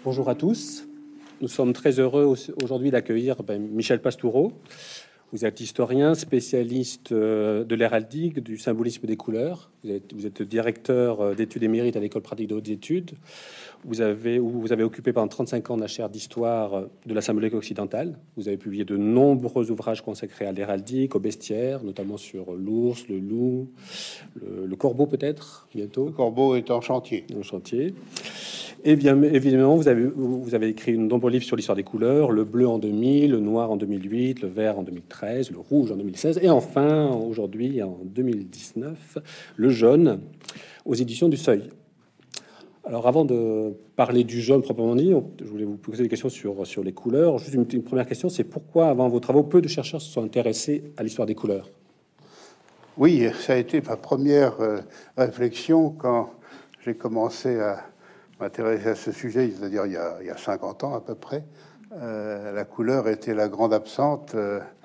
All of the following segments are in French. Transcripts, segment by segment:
Bonjour à tous. Nous sommes très heureux aujourd'hui d'accueillir Michel Pastoureau. Vous êtes historien, spécialiste de l'héraldique, du symbolisme des couleurs. Vous êtes directeur d'études émérite à l'École pratique de hautes études. Vous avez occupé pendant 35 ans la chaire d'histoire de la symbolique occidentale. Vous avez publié de nombreux ouvrages consacrés à l'héraldique, au bestiaire, notamment sur l'ours, le loup, le corbeau peut-être, bientôt. Le corbeau est en chantier. En chantier. Et bien évidemment, vous avez écrit de nombreux livres sur l'histoire des couleurs, le bleu en 2000, le noir en 2008, le vert en 2013, le rouge en 2016, et enfin, aujourd'hui, en 2019, le jaune, aux éditions du Seuil. Alors, avant de parler du jaune proprement dit, je voulais vous poser des questions sur les couleurs. Juste une première question, c'est pourquoi, avant vos travaux, peu de chercheurs se sont intéressés à l'histoire des couleurs? Oui, ça a été ma première réflexion quand j'ai commencé à m'intéresser à ce sujet, c'est-à-dire il y a 50 ans à peu près. La couleur était la grande absente,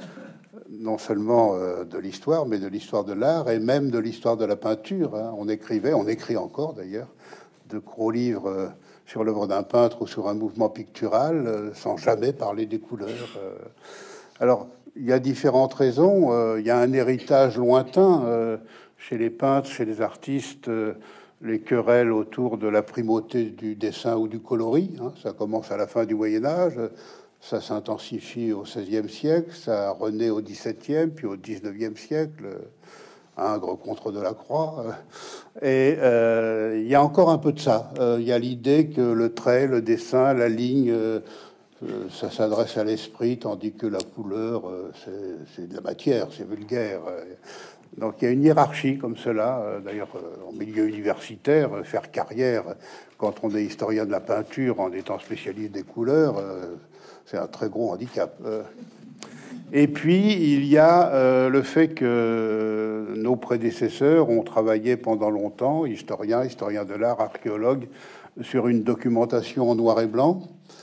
non seulement de l'histoire, mais de l'histoire de l'art et même de l'histoire de la peinture. On écrit encore d'ailleurs, de gros livres sur l'œuvre d'un peintre ou sur un mouvement pictural, sans jamais parler des couleurs. Alors, il y a différentes raisons. Il y a un héritage lointain chez les peintres, chez les artistes, les querelles autour de la primauté du dessin ou du coloris. Ça commence à la fin du Moyen-Âge, ça s'intensifie au XVIe siècle, ça renaît au XVIIe, puis au XIXe siècle, Ingres contre Delacroix. Et il y a encore un peu de ça. Il y a l'idée que le trait, le dessin, la ligne, ça s'adresse à l'esprit, tandis que la couleur, c'est de la matière, c'est vulgaire. Donc il y a une hiérarchie comme cela. D'ailleurs, en milieu universitaire, faire carrière quand on est historien de la peinture en étant spécialiste des couleurs, c'est un très gros handicap. Et puis il y a le fait que nos prédécesseurs ont travaillé pendant longtemps, historiens de l'art, archéologues, sur une documentation en noir et blanc.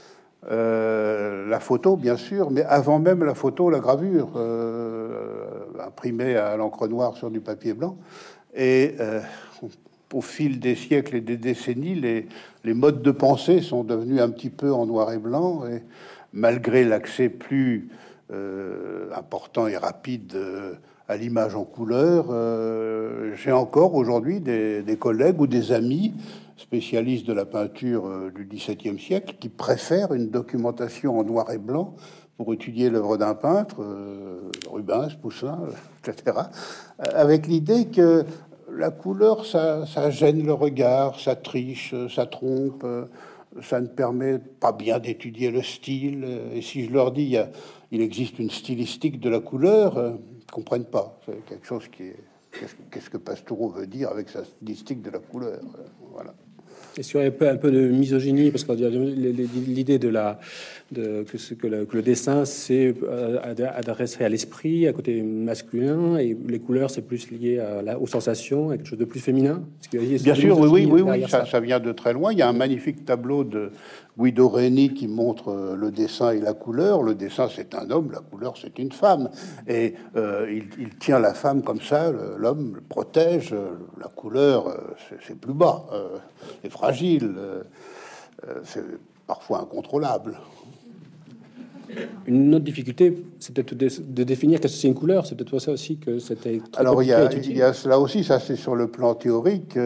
La photo, bien sûr, mais avant même la photo, la gravure, imprimée à l'encre noire sur du papier blanc. Et au fil des siècles et des décennies, les modes de pensée sont devenus un petit peu en noir et blanc. Et malgré l'accès plus important et rapide à l'image en couleur, j'ai encore aujourd'hui des collègues ou des amis spécialistes de la peinture du XVIIe siècle qui préfèrent une documentation en noir et blanc pour étudier l'œuvre d'un peintre, Rubens, Poussin, etc., avec l'idée que la couleur, ça gêne le regard, ça triche, ça trompe, ça ne permet pas bien d'étudier le style. Et si je leur dis il existe une stylistique de la couleur, ils comprennent pas. C'est quelque chose qui est... Qu'est-ce que Pastoureau veut dire avec sa stylistique de la couleur? Voilà. Est-ce qu'il y aurait un peu de misogynie, parce que l'idée que le dessin c'est adressé à l'esprit, à côté masculin, et les couleurs c'est plus lié aux sensations, à quelque chose de plus féminin? Bien sûr, oui, ça vient de très loin. Il y a un magnifique tableau de Guido Reni qui montre le dessin et la couleur. Le dessin, c'est un homme, la couleur, c'est une femme. Et il tient la femme comme ça, l'homme le protège. La couleur, c'est plus bas, c'est fragile, c'est parfois incontrôlable. Une autre difficulté, c'est peut-être de définir qu'est-ce que c'est une couleur. C'est peut-être pour ça aussi que c'était très alors il y compliqué a cela aussi, ça c'est sur le plan théorique.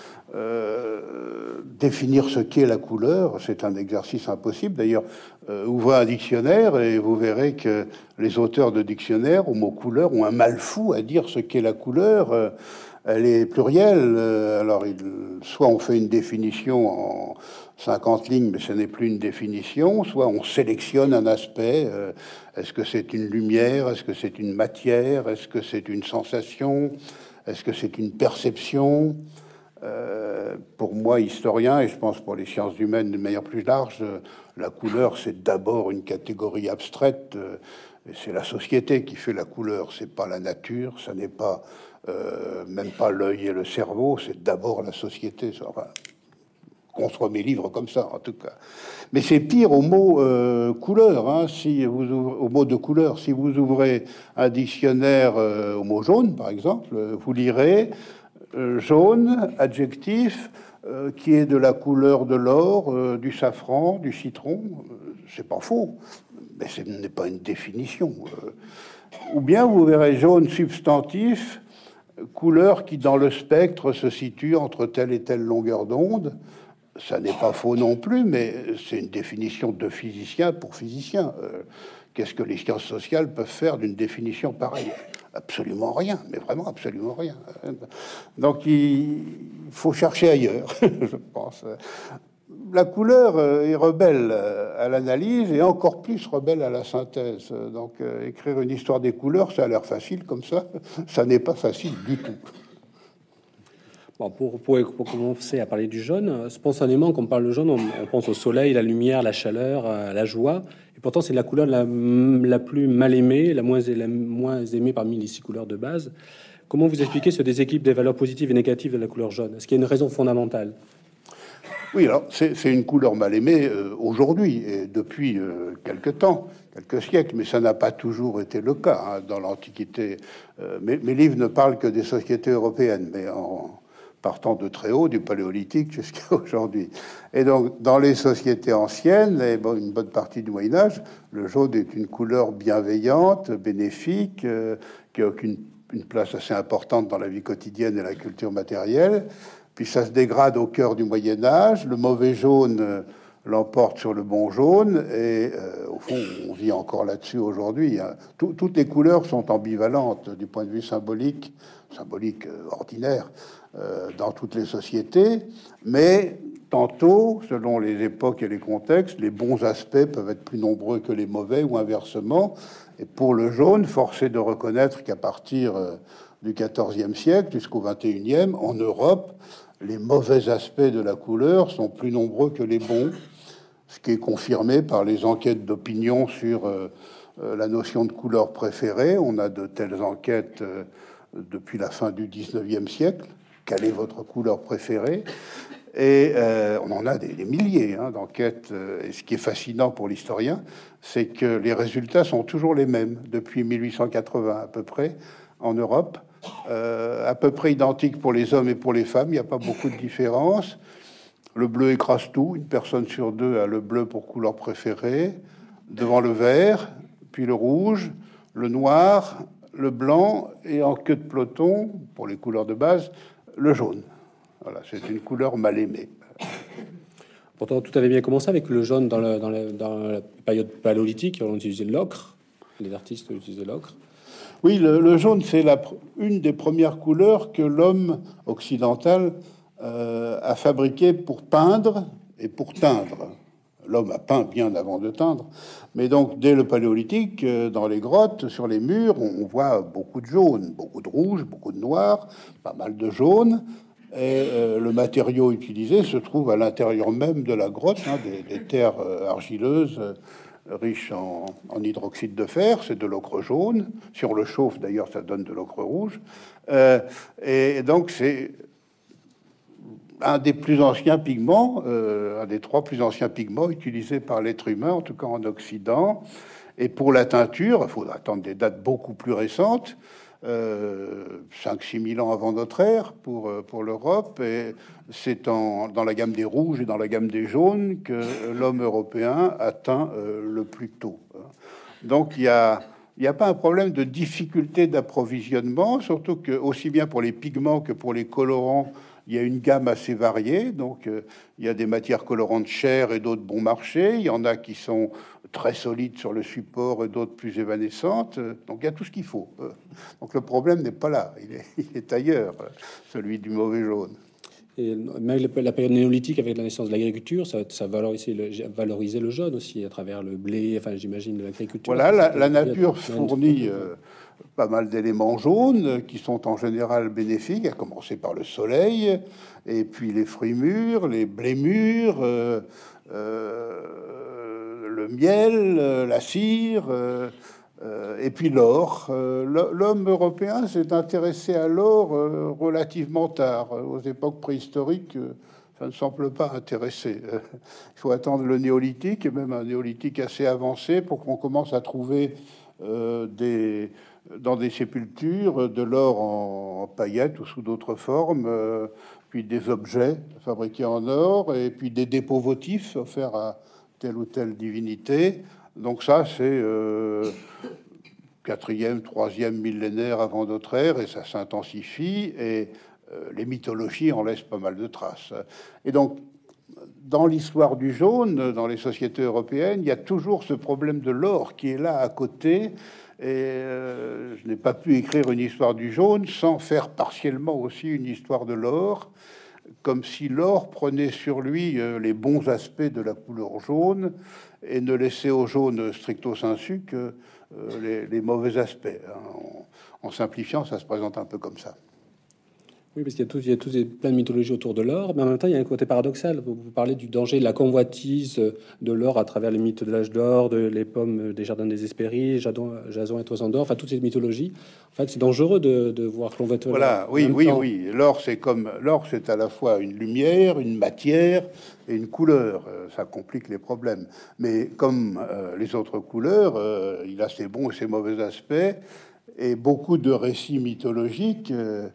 Définir ce qu'est la couleur, c'est un exercice impossible. D'ailleurs, ouvrez un dictionnaire et vous verrez que les auteurs de dictionnaires au mot couleur ont un mal fou à dire ce qu'est la couleur. Elle est plurielle. Alors, soit on fait une définition en 50 lignes, mais ce n'est plus une définition, soit on sélectionne un aspect. Est-ce que c'est une lumière? Est-ce que c'est une matière? Est-ce que c'est une sensation? Est-ce que c'est une perception? Pour moi, historien, et je pense pour les sciences humaines de manière plus large, la couleur, c'est d'abord une catégorie abstraite. Et c'est la société qui fait la couleur, c'est pas la nature, ça n'est pas même pas l'œil et le cerveau, c'est d'abord la société. Enfin, construire mes livres comme ça, en tout cas. Mais c'est pire au mot couleur. Si vous ouvrez, au mot de couleur, si vous ouvrez un dictionnaire au mot jaune, par exemple, vous lirez jaune, adjectif, qui est de la couleur de l'or, du safran, du citron. C'est pas faux, mais ce n'est pas une définition. Ou bien vous verrez jaune substantif, couleur qui dans le spectre se situe entre telle et telle longueur d'onde. Ça n'est pas faux non plus, mais c'est une définition de physicien pour physicien. Qu'est-ce que les sciences sociales peuvent faire d'une définition pareille? Absolument rien, mais vraiment absolument rien. Donc il faut chercher ailleurs, je pense. La couleur est rebelle à l'analyse et encore plus rebelle à la synthèse. Donc écrire une histoire des couleurs, ça a l'air facile comme ça n'est pas facile du tout. Bon, pour commencer à parler du jaune, spontanément, quand on parle de jaune, on pense au soleil, la lumière, la chaleur, la joie. Et pourtant, c'est la couleur la plus mal aimée, la moins aimée parmi les 6 couleurs de base. Comment vous expliquez ce déséquilibre des valeurs positives et négatives de la couleur jaune? Est-ce qu'il y a une raison fondamentale? Oui, alors c'est une couleur mal aimée aujourd'hui et depuis quelques temps, quelques siècles, mais ça n'a pas toujours été le cas dans l'Antiquité. Mes livres ne parlent que des sociétés européennes, mais en partant de très haut, du Paléolithique jusqu'à aujourd'hui. Et donc, dans les sociétés anciennes, et une bonne partie du Moyen-Âge, le jaune est une couleur bienveillante, bénéfique, qui occupe une place assez importante dans la vie quotidienne et la culture matérielle. Puis ça se dégrade au cœur du Moyen-Âge. Le mauvais jaune l'emporte sur le bon jaune. Et au fond, on vit encore là-dessus aujourd'hui. Toutes les couleurs sont ambivalentes du point de vue symbolique ordinaire dans toutes les sociétés. Mais tantôt, selon les époques et les contextes, les bons aspects peuvent être plus nombreux que les mauvais ou inversement. Et pour le jaune, force est de reconnaître qu'à partir du XIVe siècle jusqu'au XXIe, en Europe, les mauvais aspects de la couleur sont plus nombreux que les bons, ce qui est confirmé par les enquêtes d'opinion sur la notion de couleur préférée. On a de telles enquêtes depuis la fin du XIXe siècle. Quelle est votre couleur préférée? Et on en a des milliers d'enquêtes. Et ce qui est fascinant pour l'historien, c'est que les résultats sont toujours les mêmes depuis 1880 à peu près en Europe. À peu près identique pour les hommes et pour les femmes. Il n'y a pas beaucoup de différence. Le bleu écrase tout. Une personne sur deux a le bleu pour couleur préférée. Devant le vert, puis le rouge, le noir, le blanc et en queue de peloton, pour les couleurs de base, le jaune. Voilà, c'est une couleur mal aimée. Pourtant, tout avait bien commencé avec le jaune dans la période paléolithique. On utilisait l'ocre. Les artistes utilisaient l'ocre. Oui, le jaune, c'est une des premières couleurs que l'homme occidental a fabriquées pour peindre et pour teindre. L'homme a peint bien avant de teindre. Mais donc, dès le Paléolithique, dans les grottes, sur les murs, on voit beaucoup de jaune, beaucoup de rouge, beaucoup de noir, pas mal de jaune. Et le matériau utilisé se trouve à l'intérieur même de la grotte, des terres argileuses, riche en hydroxyde de fer, c'est de l'ocre jaune. Si on le chauffe, d'ailleurs, ça donne de l'ocre rouge. Et donc, c'est un des plus anciens pigments, un des 3 plus anciens pigments utilisés par l'être humain, en tout cas en Occident. Et pour la teinture, il faut attendre des dates beaucoup plus récentes, 5-6 000 ans avant notre ère pour l'Europe, et c'est dans la gamme des rouges et dans la gamme des jaunes que l'homme européen atteint le plus tôt. Donc il n'y a pas un problème de difficulté d'approvisionnement, surtout que aussi bien pour les pigments que pour les colorants, il y a une gamme assez variée. Donc il y a des matières colorantes chères et d'autres bon marché. Il y en a qui sont très solides sur le support et d'autres plus évanescentes. Donc il y a tout ce qu'il faut. Donc le problème n'est pas là, il est ailleurs, celui du mauvais jaune. Et même la période néolithique, avec la naissance de l'agriculture, ça valorisait le jaune aussi à travers le blé, enfin j'imagine l'agriculture. Voilà, la nature fournit pas mal d'éléments jaunes qui sont en général bénéfiques, à commencer par le soleil, et puis les fruits mûrs, les blés mûrs, le miel, la cire, et puis l'or. L'homme européen s'est intéressé à l'or relativement tard. Aux époques préhistoriques, ça ne semble pas intéresser. Il faut attendre le néolithique, et même un néolithique assez avancé, pour qu'on commence à trouver des dans des sépultures, de l'or en paillettes ou sous d'autres formes, puis des objets fabriqués en or, et puis des dépôts votifs offerts à telle ou telle divinité. Donc ça, c'est 4e, 3e millénaire avant notre ère, et ça s'intensifie, et les mythologies en laissent pas mal de traces. Et donc, dans l'histoire du jaune, dans les sociétés européennes, il y a toujours ce problème de l'or qui est là à côté. Et je n'ai pas pu écrire une histoire du jaune sans faire partiellement aussi une histoire de l'or, comme si l'or prenait sur lui les bons aspects de la couleur jaune et ne laissait au jaune stricto sensu que les mauvais aspects. En simplifiant, ça se présente un peu comme ça. Oui, parce qu'il y a plein de mythologies autour de l'or, mais en même temps, il y a un côté paradoxal. Vous parlez du danger de la convoitise de l'or à travers les mythes de l'âge d'or, les pommes des jardins des Hespérides, Jason et Toison d'or, enfin toutes ces mythologies. En fait, c'est dangereux de voir convoiter. Voilà, oui. L'or, c'est à la fois une lumière, une matière et une couleur. Ça complique les problèmes. Mais comme les autres couleurs, il a ses bons et ses mauvais aspects. Et beaucoup de récits mythologiques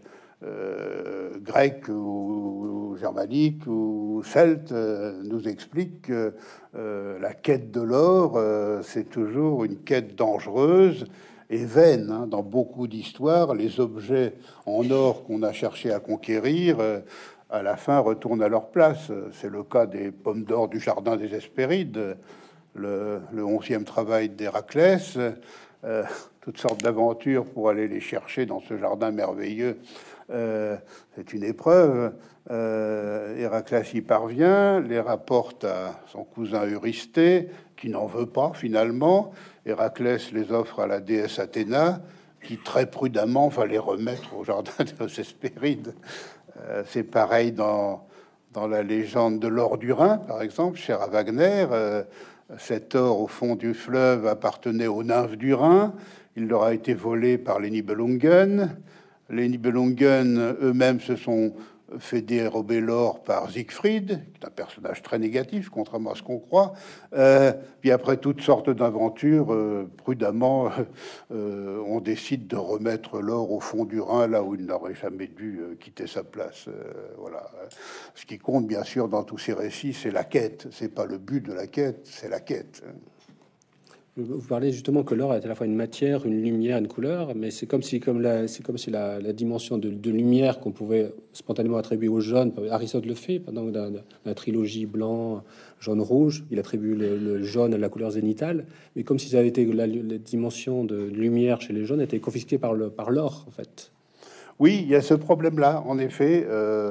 grecs ou germaniques ou celtes nous expliquent que la quête de l'or, c'est toujours une quête dangereuse et vaine. Dans beaucoup d'histoires, les objets en or qu'on a cherché à conquérir, à la fin, retournent à leur place. C'est le cas des pommes d'or du jardin des Hespérides, le 11e travail d'Héraclès. Toutes sortes d'aventures pour aller les chercher dans ce jardin merveilleux. C'est une épreuve. Héraclès y parvient, les rapporte à son cousin Eurysthée, qui n'en veut pas finalement. Héraclès les offre à la déesse Athéna, qui très prudemment va les remettre au jardin des Hespérides. C'est pareil dans la légende de l'or du Rhin, par exemple, cher à Wagner. Cet or au fond du fleuve appartenait aux nymphes du Rhin. Il leur a été volé par les Nibelungen. Les Nibelungen eux-mêmes se sont fait dérober l'or par Siegfried, qui est un personnage très négatif, contrairement à ce qu'on croit. Puis après toutes sortes d'aventures, prudemment, on décide de remettre l'or au fond du Rhin, là où il n'aurait jamais dû quitter sa place. Voilà. Ce qui compte, bien sûr, dans tous ces récits, c'est la quête. C'est pas le but de la quête, c'est la quête. Vous parlez justement que l'or est à la fois une matière, une lumière, une couleur, mais c'est comme si la dimension de lumière qu'on pouvait spontanément attribuer au jaune, Aristote le fait pendant la trilogie blanc, jaune, rouge, il attribue le jaune à la couleur zénitale, mais comme si ça avait été la dimension de lumière chez les jaunes était confisquée par l'or, en fait. Oui, il y a ce problème-là, en effet.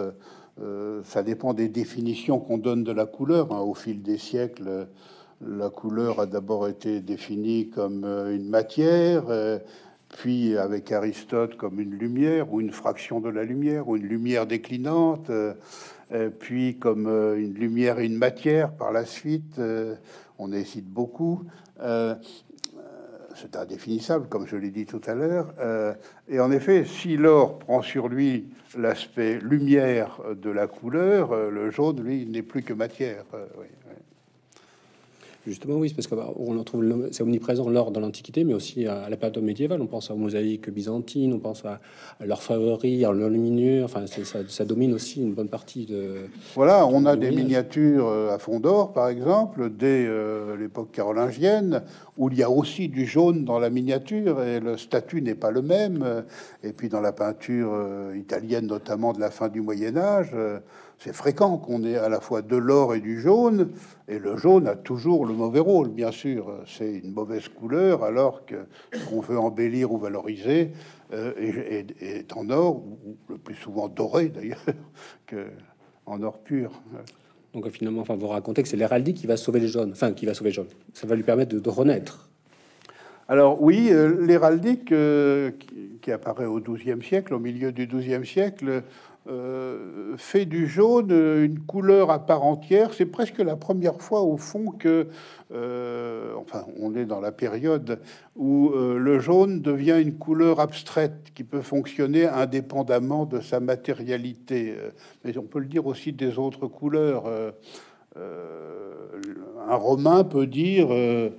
Ça dépend des définitions qu'on donne de la couleur, au fil des siècles. La couleur a d'abord été définie comme une matière, puis avec Aristote comme une lumière ou une fraction de la lumière ou une lumière déclinante, puis comme une lumière et une matière par la suite. On hésite beaucoup. C'est indéfinissable, comme je l'ai dit tout à l'heure. Et en effet, si l'or prend sur lui l'aspect lumière de la couleur, le jaune, lui, n'est plus que matière. Oui. Justement, oui, parce qu'on en trouve, c'est omniprésent l'or dans l'Antiquité, mais aussi à la période médiévale. On pense aux mosaïques byzantines, on pense à l'orfèvrerie, à l'or lumineux. Enfin, ça domine aussi une bonne partie de. Voilà, on a des miniatures à fond d'or, par exemple, dès l'époque carolingienne, où il y a aussi du jaune dans la miniature et le statut n'est pas le même. Et puis dans la peinture italienne, notamment de la fin du Moyen Âge. C'est fréquent qu'on ait à la fois de l'or et du jaune, et le jaune a toujours le mauvais rôle, bien sûr. C'est une mauvaise couleur, alors que ce qu'on veut embellir ou valoriser est en or, ou le plus souvent doré d'ailleurs, qu'en or pur. Donc finalement, vous racontez que c'est l'héraldique qui va sauver les jaunes, qui va sauver les jaunes. Ça va lui permettre de renaître. Alors oui, l'héraldique qui apparaît au XIIe siècle, au milieu du XIIe siècle, fait du jaune une couleur à part entière. C'est presque la première fois, au fond, que on est dans la période où le jaune devient une couleur abstraite qui peut fonctionner indépendamment de sa matérialité. Mais on peut le dire aussi des autres couleurs. Un Romain peut dire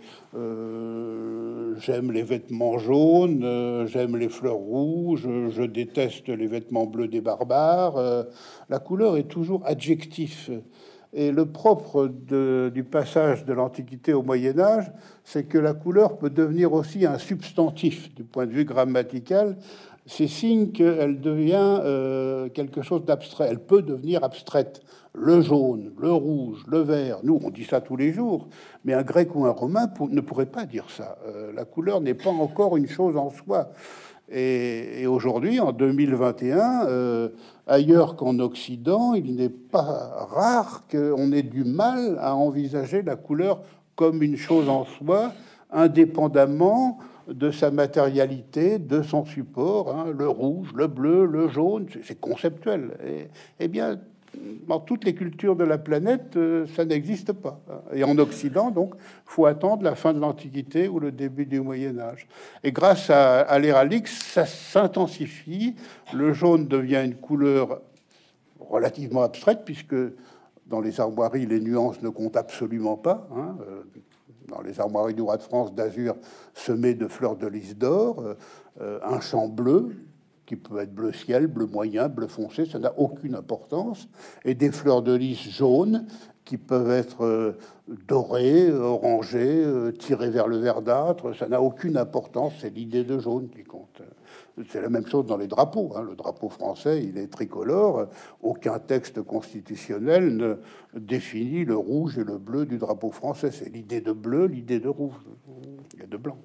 j'aime les vêtements jaunes, j'aime les fleurs rouges, je déteste les vêtements bleus des barbares. La couleur est toujours adjectif. Et le propre du passage de l'Antiquité au Moyen Âge, c'est que la couleur peut devenir aussi un substantif du point de vue grammatical. C'est signe qu'elle devient quelque chose d'abstrait. Elle peut devenir abstraite. Le jaune, le rouge, le vert. Nous, on dit ça tous les jours. Mais un grec ou un romain ne pourrait pas dire ça. La couleur n'est pas encore une chose en soi. Et aujourd'hui, en 2021, ailleurs qu'en Occident, il n'est pas rare qu'on ait du mal à envisager la couleur comme une chose en soi, indépendamment de sa matérialité, de son support. Hein, le rouge, le bleu, le jaune, c'est conceptuel. Eh bien, dans toutes les cultures de la planète, ça n'existe pas. Et en Occident, donc, faut attendre la fin de l'Antiquité ou le début du Moyen Âge. Et grâce à l'héraldique, ça s'intensifie. Le jaune devient une couleur relativement abstraite, puisque dans les armoiries, les nuances ne comptent absolument pas. Hein. Dans les armoiries du roi de France, d'azur semé de fleurs de lys d'or, un champ bleu, qui peut être bleu ciel, bleu moyen, bleu foncé, ça n'a aucune importance, et des fleurs de lys jaunes qui peuvent être dorées, orangées, tirées vers le verdâtre, ça n'a aucune importance, c'est l'idée de jaune qui compte. C'est la même chose dans les drapeaux. Hein. Le drapeau français, il est tricolore. Aucun texte constitutionnel ne définit le rouge et le bleu du drapeau français. C'est l'idée de bleu, l'idée de rouge, et de blanc.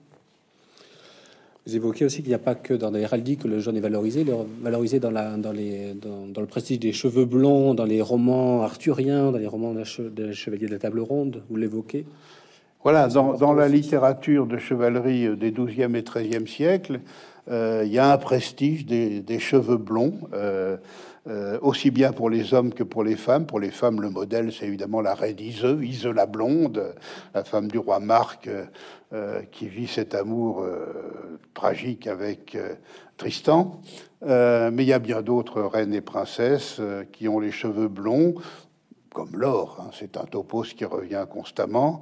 Vous évoquez aussi qu'il n'y a pas que dans l'héraldique que le jaune est valorisé, valorisé dans le prestige des cheveux blonds, dans les romans arthuriens, dans les romans des chevaliers de la table ronde, vous l'évoquez. Voilà, dans la littérature de chevalerie des XIIe et XIIIe siècles, il y a un prestige des cheveux blonds, aussi bien pour les hommes que pour les femmes. Pour les femmes, le modèle, c'est évidemment la reine Ise la blonde, la femme du roi Marc, qui vit cet amour tragique avec Tristan. Mais il y a bien d'autres reines et princesses qui ont les cheveux blonds, comme Laure, hein, c'est un topos qui revient constamment.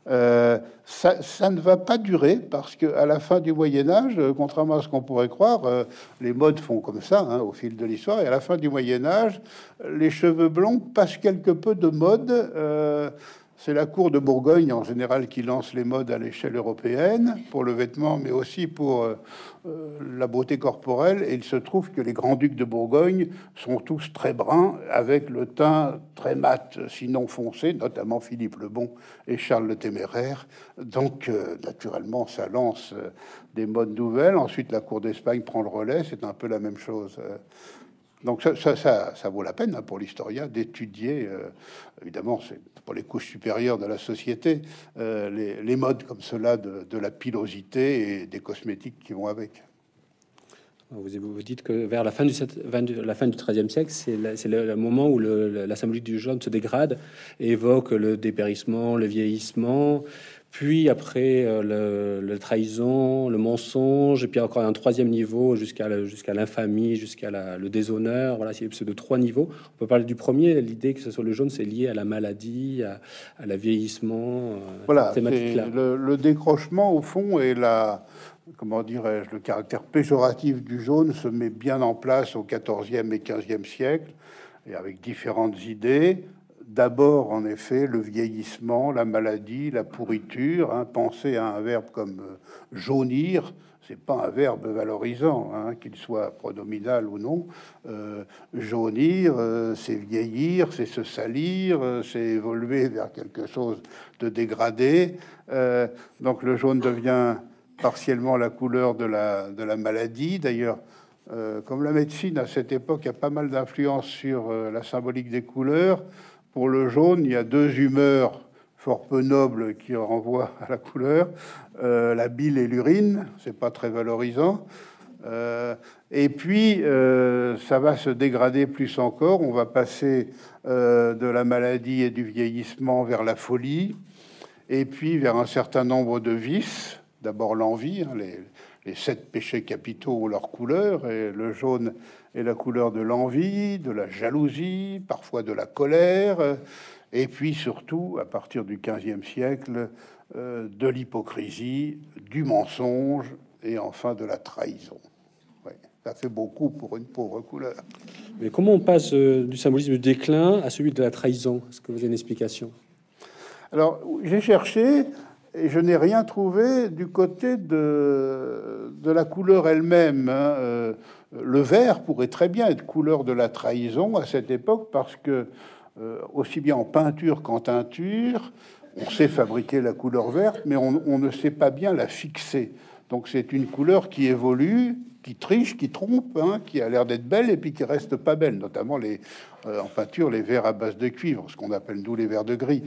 Ça ne va pas durer parce que à la fin du Moyen Âge, contrairement à ce qu'on pourrait croire, les modes font comme ça hein, au fil de l'histoire. Et à la fin du Moyen Âge, les cheveux blonds passent quelque peu de mode. C'est la cour de Bourgogne en général qui lance les modes à l'échelle européenne pour le vêtement, mais aussi pour la beauté corporelle. Et il se trouve que les grands-ducs de Bourgogne sont tous très bruns, avec le teint très mat, sinon foncé, notamment Philippe le Bon et Charles le Téméraire. Donc, naturellement, ça lance des modes nouvelles. Ensuite, la cour d'Espagne prend le relais. C'est un peu la même chose. Donc ça vaut la peine hein, pour l'historien d'étudier, évidemment, c'est pour les couches supérieures de la société, les modes comme cela de la pilosité et des cosmétiques qui vont avec. Vous dites que vers la fin du XIIIe siècle, c'est le moment où la symbolique du jaune se dégrade et évoque le dépérissement, le vieillissement, puis après la trahison, le mensonge, et puis encore un troisième niveau jusqu'à l'infamie, jusqu'à le déshonneur. Voilà, c'est de trois niveaux. On peut parler du premier, l'idée que ce soit le jaune, c'est lié à la maladie, à la vieillissement. Voilà, le décrochement au fond et comment dirais-je, le caractère péjoratif du jaune se met bien en place au XIVe et XVe siècle, et avec différentes idées. D'abord, en effet, le vieillissement, la maladie, la pourriture. Hein, penser à un verbe comme jaunir, c'est pas un verbe valorisant, hein, qu'il soit pronominal ou non. Jaunir, c'est vieillir, c'est se salir, c'est évoluer vers quelque chose de dégradé. Donc le jaune devient partiellement la couleur de la maladie. D'ailleurs, comme la médecine à cette époque a pas mal d'influence sur la symbolique des couleurs, pour le jaune, il y a deux humeurs fort peu nobles qui renvoient à la couleur, la bile et l'urine, c'est pas très valorisant. Et puis, ça va se dégrader plus encore. On va passer de la maladie et du vieillissement vers la folie, et puis vers un certain nombre de vices. D'abord l'envie, hein, les 7 péchés capitaux ont leur couleur, et le jaune est la couleur de l'envie, de la jalousie, parfois de la colère. et puis surtout, à partir du XVe siècle, de l'hypocrisie, du mensonge et enfin de la trahison. Ouais, ça fait beaucoup pour une pauvre couleur. Mais comment on passe du symbolisme du déclin à celui de la trahison? Est-ce que vous avez une explication? Alors, j'ai cherché et je n'ai rien trouvé du côté de la couleur elle-même. Le vert pourrait très bien être couleur de la trahison à cette époque parce que, aussi bien en peinture qu'en teinture, on sait fabriquer la couleur verte, mais on ne sait pas bien la fixer. Donc c'est une couleur qui évolue, qui triche, qui trompe, hein, qui a l'air d'être belle et puis qui reste pas belle, notamment en peinture, les verts à base de cuivre, ce qu'on appelle nous les verts de gris.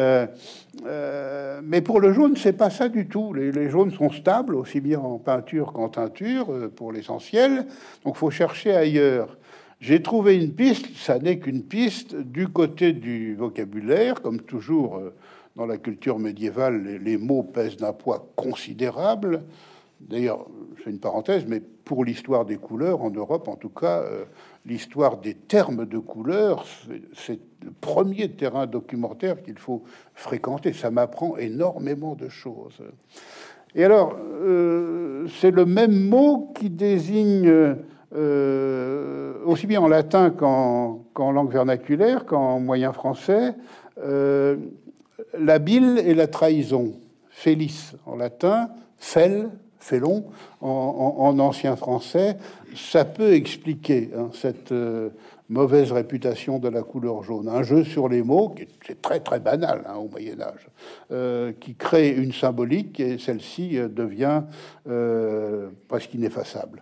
Mais pour le jaune, c'est pas ça du tout. Les jaunes sont stables, aussi bien en peinture qu'en teinture, pour l'essentiel. Donc faut chercher ailleurs. J'ai trouvé une piste, ça n'est qu'une piste, du côté du vocabulaire, comme toujours dans la culture médiévale, les mots pèsent d'un poids considérable. D'ailleurs, c'est une parenthèse, mais pour l'histoire des couleurs, en Europe en tout cas, l'histoire des termes de couleurs, c'est le premier terrain documentaire qu'il faut fréquenter. Ça m'apprend énormément de choses. Et alors, c'est le même mot qui désigne aussi bien en latin qu'en langue vernaculaire, qu'en moyen français, la bile et la trahison. Félis en latin, fel, félon en ancien français. Ça peut expliquer cette mauvaise réputation de la couleur jaune. Un jeu sur les mots, c'est très très banal au Moyen-Âge, qui crée une symbolique et celle-ci devient presque ineffaçable.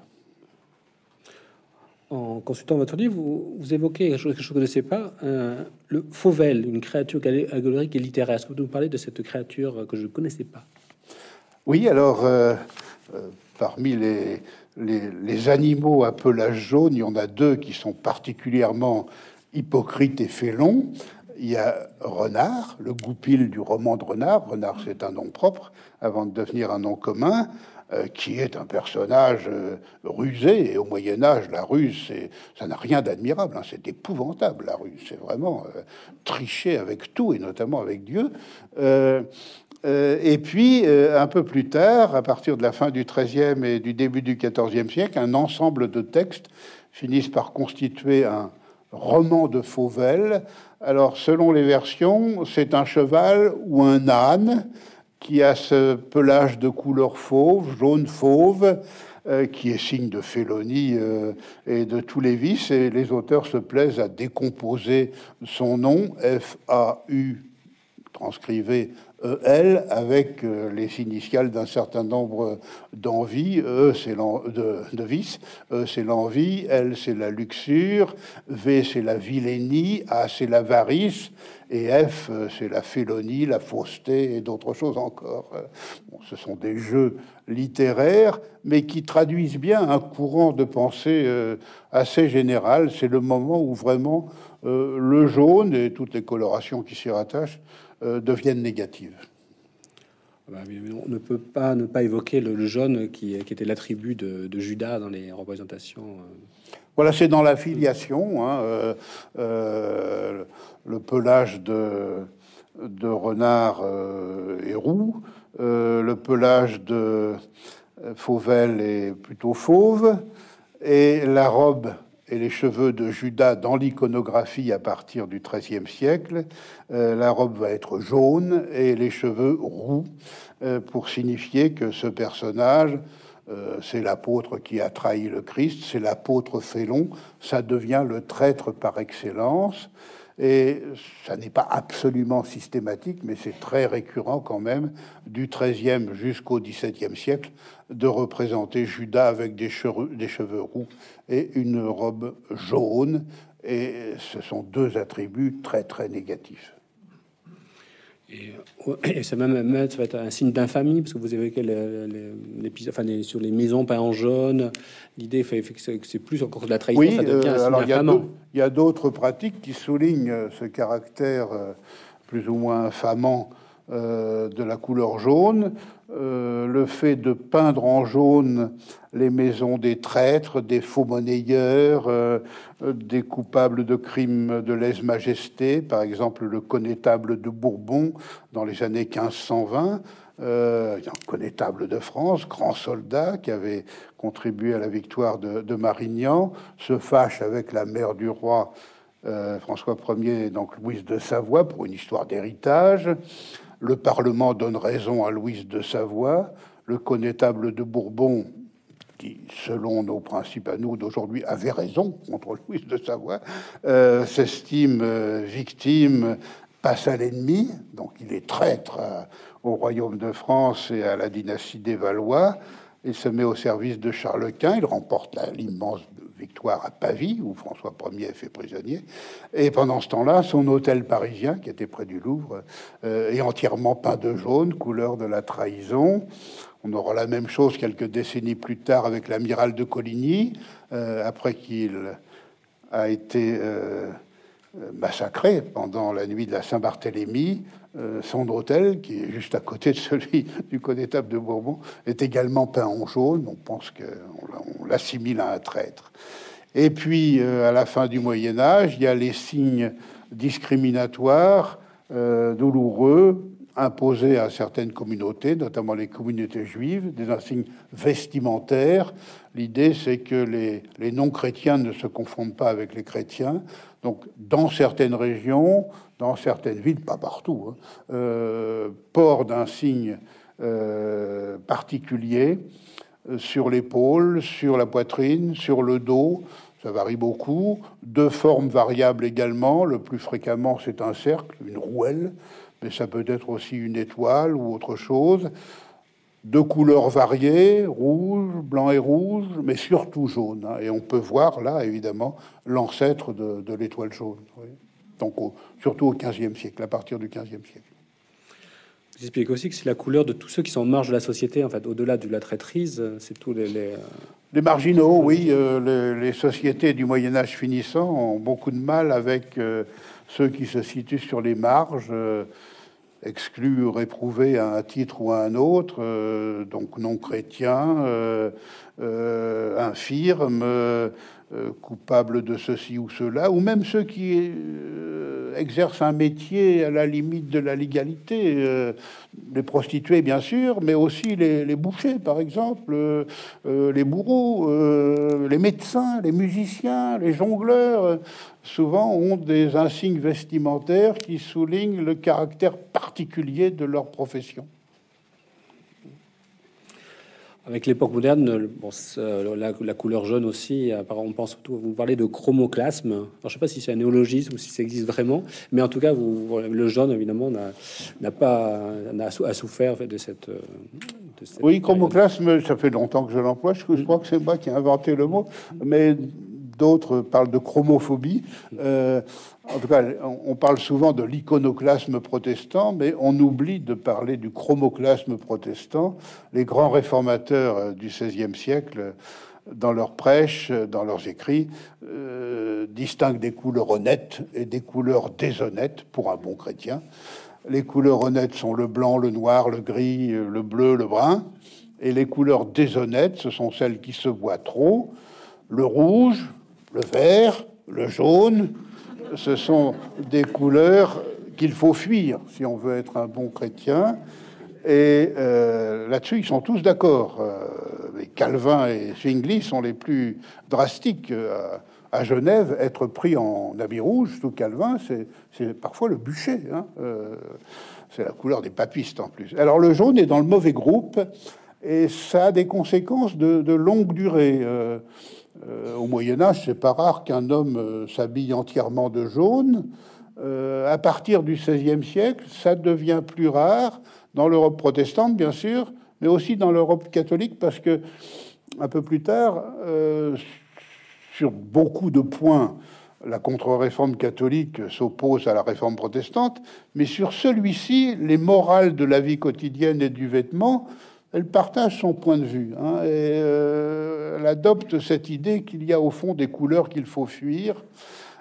En consultant votre livre, vous évoquez quelque chose que je ne connaissais pas, le Fauvel, une créature allégorique et littéraire. Est-ce que vous nous parlez de cette créature que je ne connaissais pas? Oui, alors, parmi les animaux à pelage jaune, il y en a deux qui sont particulièrement hypocrites et félons. Il y a Renard, le goupil du roman de Renard. Renard, c'est un nom propre avant de devenir un nom commun. Qui est un personnage rusé, et au Moyen-Âge, la ruse, ça n'a rien d'admirable, c'est épouvantable, la ruse, c'est vraiment tricher avec tout, et notamment avec Dieu. Et puis, un peu plus tard, à partir de la fin du XIIIe et du début du XIVe siècle, un ensemble de textes finissent par constituer un roman de Fauvel. Alors, selon les versions, c'est un cheval ou un âne, qui a ce pelage de couleur fauve, jaune fauve, qui est signe de félonie et de tous les vices. Et les auteurs se plaisent à décomposer son nom, F-A-U, transcrivé E-L, avec les initiales d'un certain nombre d'envies. E, c'est de vices. E, c'est l'envie. L, c'est la luxure. V, c'est la vilainie. A, c'est l'avarice. Et F, c'est la félonie, la fausseté et d'autres choses encore. Bon, ce sont des jeux littéraires, mais qui traduisent bien un courant de pensée assez général. C'est le moment où vraiment le jaune et toutes les colorations qui s'y rattachent deviennent négatives. On ne peut pas ne pas évoquer le jaune qui était l'attribut de Judas dans les représentations. Voilà, c'est dans la filiation, le pelage de renard est roux, le pelage de Fauvel est plutôt fauve, et la robe et les cheveux de Judas dans l'iconographie à partir du XIIIe siècle, la robe va être jaune et les cheveux roux, pour signifier que ce personnage, c'est l'apôtre qui a trahi le Christ, c'est l'apôtre félon, ça devient le traître par excellence. Et ça n'est pas absolument systématique, mais c'est très récurrent quand même, du XIIIe jusqu'au XVIIe siècle, de représenter Judas avec des cheveux roux et une robe jaune. Et ce sont deux attributs très, très négatifs. Et ça même ça va être un signe d'infamie, parce que vous évoquez l'épisode, sur les maisons peintes en jaune. L'idée fait que c'est plus encore de la trahison. Oui, ça devient un signe alors infamant. il y a d'autres pratiques qui soulignent ce caractère plus ou moins infamant de la couleur jaune, le fait de peindre en jaune les maisons des traîtres, des faux monnayeurs, des coupables de crimes de lèse-majesté, par exemple le connétable de Bourbon dans les années 1520, un connétable de France, grand soldat qui avait contribué à la victoire de Marignan, se fâche avec la mère du roi François Ier, donc Louise de Savoie, pour une histoire d'héritage. Le Parlement donne raison à Louise de Savoie. Le connétable de Bourbon, qui, selon nos principes à nous d'aujourd'hui, avait raison contre Louise de Savoie, s'estime victime, passe à l'ennemi, donc il est traître au royaume de France et à la dynastie des Valois, et se met au service de Charles Quint. Il remporte l'immense victoire à Pavie, où François Ier est fait prisonnier. Et pendant ce temps-là, son hôtel parisien, qui était près du Louvre, est entièrement peint de jaune, couleur de la trahison. On aura la même chose quelques décennies plus tard avec l'amiral de Coligny, après qu'il a été massacré pendant la nuit de la Saint-Barthélemy. Son hôtel, qui est juste à côté de celui du connétable de Bourbon, est également peint en jaune. On pense qu'on l'assimile à un traître. Et puis, à la fin du Moyen-Âge, il y a les signes discriminatoires, douloureux, imposés à certaines communautés, notamment les communautés juives, des insignes vestimentaires. L'idée, c'est que les non-chrétiens ne se confondent pas avec les chrétiens. Donc, dans certaines régions, dans certaines villes, pas partout, port d'un signe particulier sur l'épaule, sur la poitrine, sur le dos, ça varie beaucoup. De formes variables également. Le plus fréquemment, c'est un cercle, une rouelle, mais ça peut être aussi une étoile ou autre chose. De couleurs variées, rouge, blanc et rouge, mais surtout jaune. Et on peut voir là, évidemment, l'ancêtre de l'étoile jaune. Oui. Donc, surtout au XVe siècle, à partir du XVe siècle. Vous expliquez aussi que c'est la couleur de tous ceux qui sont en marge de la société, en fait, au-delà de la traîtrise, c'est tous les marginaux, oui. Les sociétés du Moyen-Âge finissant ont beaucoup de mal avec ceux qui se situent sur les marges, exclus ou réprouvés à un titre ou à un autre, donc non chrétiens, infirmes, coupables de ceci ou cela, ou même ceux qui exercent un métier à la limite de la légalité, les prostituées bien sûr, mais aussi les bouchers par exemple, les bourreaux, les médecins, les musiciens, les jongleurs, souvent ont des insignes vestimentaires qui soulignent le caractère particulier de leur profession. Avec l'époque moderne, bon, la couleur jaune aussi, on pense surtout, vous parlez de chromoclasme. Alors, je ne sais pas si c'est un néologisme ou si ça existe vraiment, mais en tout cas, le jaune, évidemment, a souffert de cette oui, chromoclasme, ça fait longtemps que je l'emploie. Je crois que c'est moi qui ai inventé le mot, mais d'autres parlent de chromophobie. En tout cas, on parle souvent de l'iconoclasme protestant, mais on oublie de parler du chromoclasme protestant. Les grands réformateurs du XVIe siècle, dans leurs prêches, dans leurs écrits, distinguent des couleurs honnêtes et des couleurs déshonnêtes pour un bon chrétien. Les couleurs honnêtes sont le blanc, le noir, le gris, le bleu, le brun. Et les couleurs déshonnêtes, ce sont celles qui se voient trop. Le rouge, le vert, le jaune, ce sont des couleurs qu'il faut fuir si on veut être un bon chrétien. Et là-dessus, ils sont tous d'accord. Calvin et Zwingli sont les plus drastiques. À Genève, être pris en habit rouge sous Calvin, c'est parfois le bûcher. Hein. C'est la couleur des papistes en plus. Alors le jaune est dans le mauvais groupe et ça a des conséquences de longue durée. Au Moyen-Âge, c'est pas rare qu'un homme s'habille entièrement de jaune. À partir du XVIe siècle, ça devient plus rare dans l'Europe protestante, bien sûr, mais aussi dans l'Europe catholique, parce que un peu plus tard, sur beaucoup de points, la contre-réforme catholique s'oppose à la réforme protestante, mais sur celui-ci, les morales de la vie quotidienne et du vêtement, elle partage son point de vue, hein, et elle adopte cette idée qu'il y a au fond des couleurs qu'il faut fuir.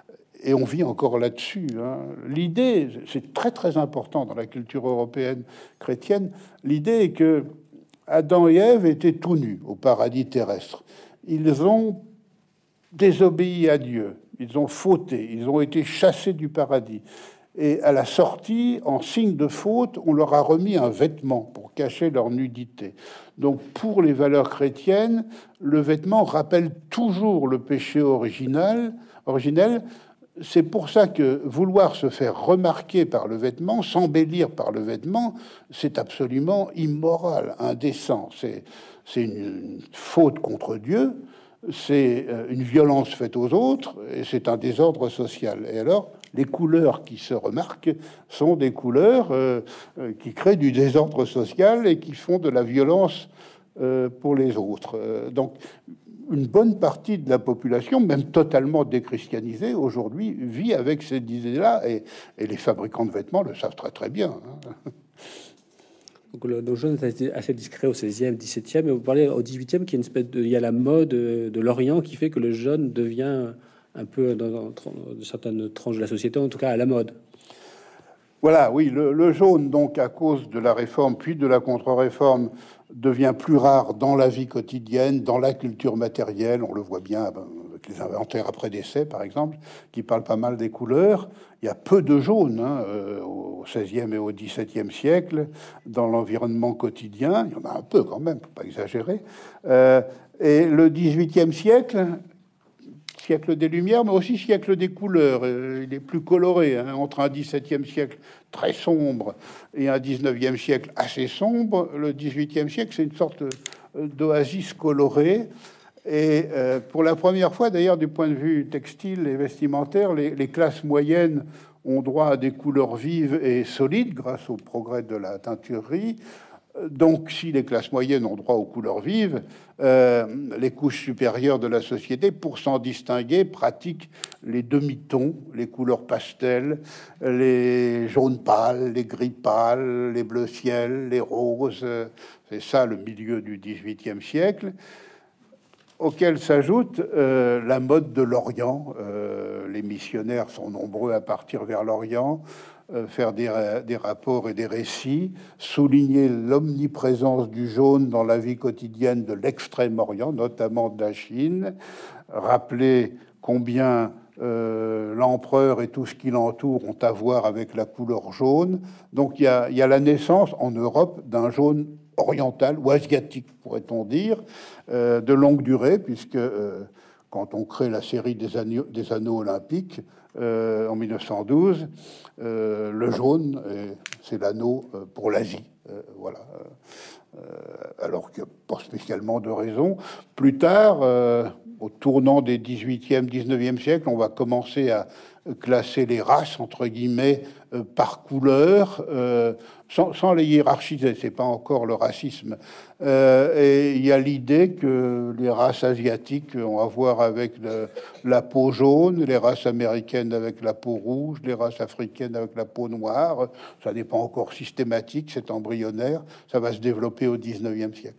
et on vit encore là-dessus. Hein. L'idée, c'est très très important dans la culture européenne chrétienne, l'idée est que Adam et Ève étaient tout nus au paradis terrestre. Ils ont désobéi à Dieu, ils ont fauté, ils ont été chassés du paradis. Et à la sortie, en signe de faute, on leur a remis un vêtement pour cacher leur nudité. Donc, pour les valeurs chrétiennes, le vêtement rappelle toujours le péché originel. C'est pour ça que vouloir se faire remarquer par le vêtement, s'embellir par le vêtement, c'est absolument immoral, indécent. C'est une faute contre Dieu, c'est une violence faite aux autres, et c'est un désordre social. Et alors, les couleurs qui se remarquent sont des couleurs qui créent du désordre social et qui font de la violence pour les autres. Donc, une bonne partie de la population, même totalement déchristianisée, aujourd'hui, vit avec ces idées-là, et les fabricants de vêtements le savent très très bien. Hein. Donc, le jaune est assez discret au 16e, 17e, et vous parlez au 18e, qu'il y a une espèce il y a la mode de l'Orient qui fait que le jaune devient un peu dans certaines tranches de la société, en tout cas à la mode. Voilà, oui, le jaune, donc, à cause de la réforme, puis de la contre-réforme, devient plus rare dans la vie quotidienne, dans la culture matérielle. On le voit bien avec les inventaires après décès, par exemple, qui parlent pas mal des couleurs. Il y a peu de jaune au XVIe et au XVIIe siècle dans l'environnement quotidien. Il y en a un peu quand même, faut pas exagérer. Et le XVIIIe siècle des Lumières, mais aussi siècle des couleurs. Il est plus coloré, hein, entre un XVIIe siècle très sombre et un XIXe siècle assez sombre. Le XVIIIe siècle, c'est une sorte d'oasis colorée. Et pour la première fois, d'ailleurs, du point de vue textile et vestimentaire, les classes moyennes ont droit à des couleurs vives et solides grâce au progrès de la teinturerie. Donc, si les classes moyennes ont droit aux couleurs vives, les couches supérieures de la société, pour s'en distinguer, pratiquent les demi-tons, les couleurs pastel, les jaunes pâles, les gris pâles, les bleus ciel, les roses. C'est ça le milieu du XVIIIe siècle, auquel s'ajoute la mode de l'Orient. Les missionnaires sont nombreux à partir vers l'Orient, faire des rapports et des récits, souligner l'omniprésence du jaune dans la vie quotidienne de l'Extrême-Orient, notamment de la Chine, rappeler combien l'empereur et tout ce qui l'entoure ont à voir avec la couleur jaune. Donc il y a la naissance en Europe d'un jaune oriental ou asiatique, pourrait-on dire, de longue durée, puisque quand on crée la série des anneaux olympiques en 1912, le jaune, c'est l'anneau pour l'Asie. Voilà. Alors que pas spécialement de raison. Plus tard, au tournant des 18e, 19e siècles, on va commencer à classer les races, entre guillemets, par couleur, sans les hiérarchiser. C'est pas encore le racisme. Et il y a l'idée que les races asiatiques ont à voir avec la peau jaune, les races américaines avec la peau rouge, les races africaines avec la peau noire. Ça n'est pas encore systématique, c'est embryonnaire. Ça va se développer au 19e siècle.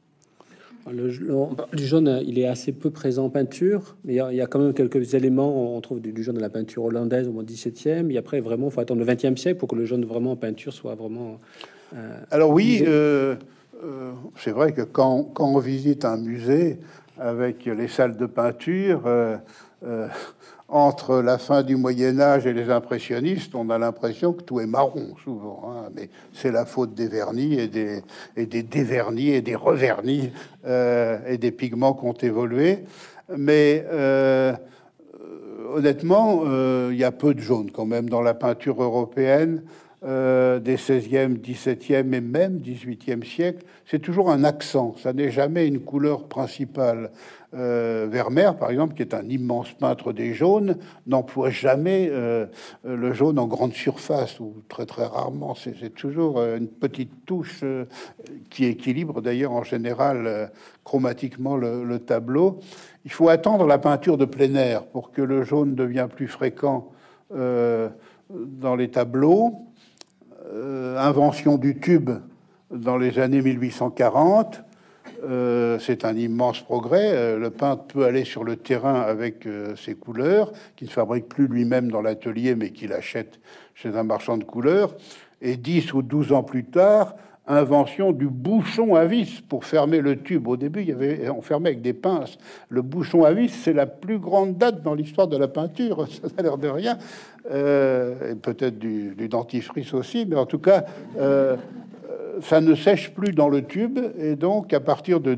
Le jaune, il est assez peu présent en peinture, mais il y a quand même quelques éléments. On trouve du jaune dans la peinture hollandaise au XVIIe. Et après, vraiment, il faut attendre le XXe siècle pour que le jaune vraiment en peinture soit vraiment... Alors oui, c'est vrai que quand on visite un musée avec les salles de peinture, entre la fin du Moyen-Âge et les impressionnistes, on a l'impression que tout est marron, souvent. Hein, mais c'est la faute des vernis et des dévernis et des revernis et des pigments qui ont évolué. Mais honnêtement, il y a peu de jaune quand même dans la peinture européenne des 16e, 17e et même 18e siècle. C'est toujours un accent, ça n'est jamais une couleur principale. Vermeer, par exemple, qui est un immense peintre des jaunes, n'emploie jamais le jaune en grande surface, ou très très rarement. C'est toujours une petite touche qui équilibre d'ailleurs en général chromatiquement le tableau. Il faut attendre la peinture de plein air pour que le jaune devienne plus fréquent dans les tableaux. Invention du tube dans les années 1840. c'est un immense progrès. Le peintre peut aller sur le terrain avec ses couleurs, qu'il ne fabrique plus lui-même dans l'atelier, mais qu'il achète chez un marchand de couleurs. Et 10 ou 12 ans plus tard, invention du bouchon à vis pour fermer le tube. Au début, on fermait avec des pinces. Le bouchon à vis, c'est la plus grande date dans l'histoire de la peinture. Ça a l'air de rien. Et peut-être du dentifrice aussi, mais en tout cas, ça ne sèche plus dans le tube. Et donc, à partir de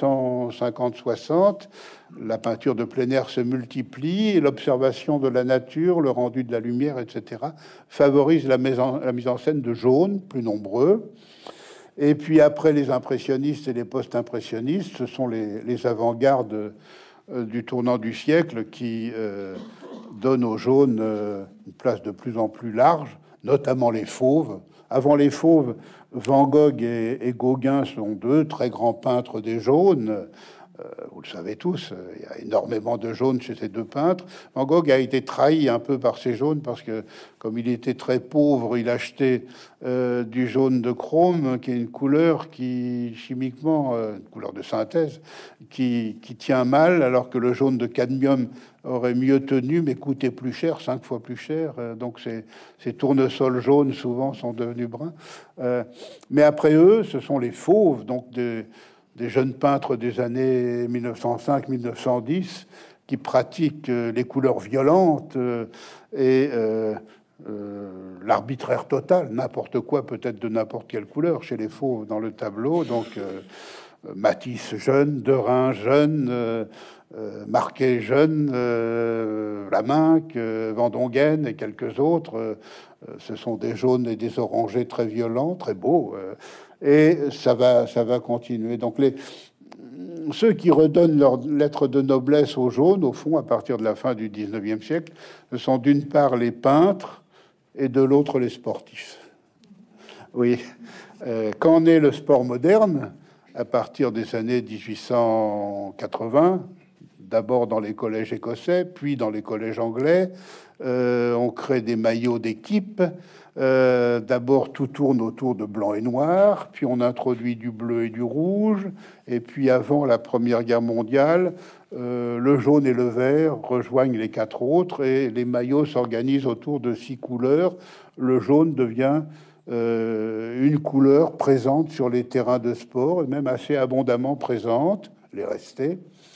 1850-60, la peinture de plein air se multiplie et l'observation de la nature, le rendu de la lumière, etc., favorise la mise en scène de jaunes plus nombreux. Et puis après les impressionnistes et les post-impressionnistes, ce sont les avant-gardes du tournant du siècle qui donnent aux jaunes une place de plus en plus large, notamment les fauves. Avant les fauves, Van Gogh et Gauguin sont deux très grands peintres des jaunes. Vous le savez tous, il y a énormément de jaunes chez ces deux peintres. Van Gogh a été trahi un peu par ces jaunes parce que, comme il était très pauvre, il achetait du jaune de chrome, qui est une couleur qui, chimiquement, une couleur de synthèse, qui tient mal, alors que le jaune de cadmium aurait mieux tenu, mais coûtait plus cher, 5 fois plus cher. Donc ces tournesols jaunes, souvent, sont devenus bruns. Mais après eux, ce sont les fauves, donc des jeunes peintres des années 1905-1910 qui pratiquent les couleurs violentes et l'arbitraire total, n'importe quoi peut être de n'importe quelle couleur chez les fauves dans le tableau. Donc Matisse jeune, Derain jeune, Marquet jeune, Laminck, Vandonghen et quelques autres. Ce sont des jaunes et des orangés très violents, très beaux. Et ça va continuer. Donc ceux qui redonnent leur lettre de noblesse aux jaunes, au fond, à partir de la fin du 19e siècle, ce sont d'une part les peintres et de l'autre les sportifs. Oui. Qu'en est le sport moderne à partir des années 1880, d'abord dans les collèges écossais, puis dans les collèges anglais, on crée des maillots d'équipe. D'abord, tout tourne autour de blanc et noir, puis on introduit du bleu et du rouge, et puis avant la Première Guerre mondiale, le jaune et le vert rejoignent les 4 autres, et les maillots s'organisent autour de 6 couleurs. Le jaune devient une couleur présente sur les terrains de sport, et même assez abondamment présente, les restés.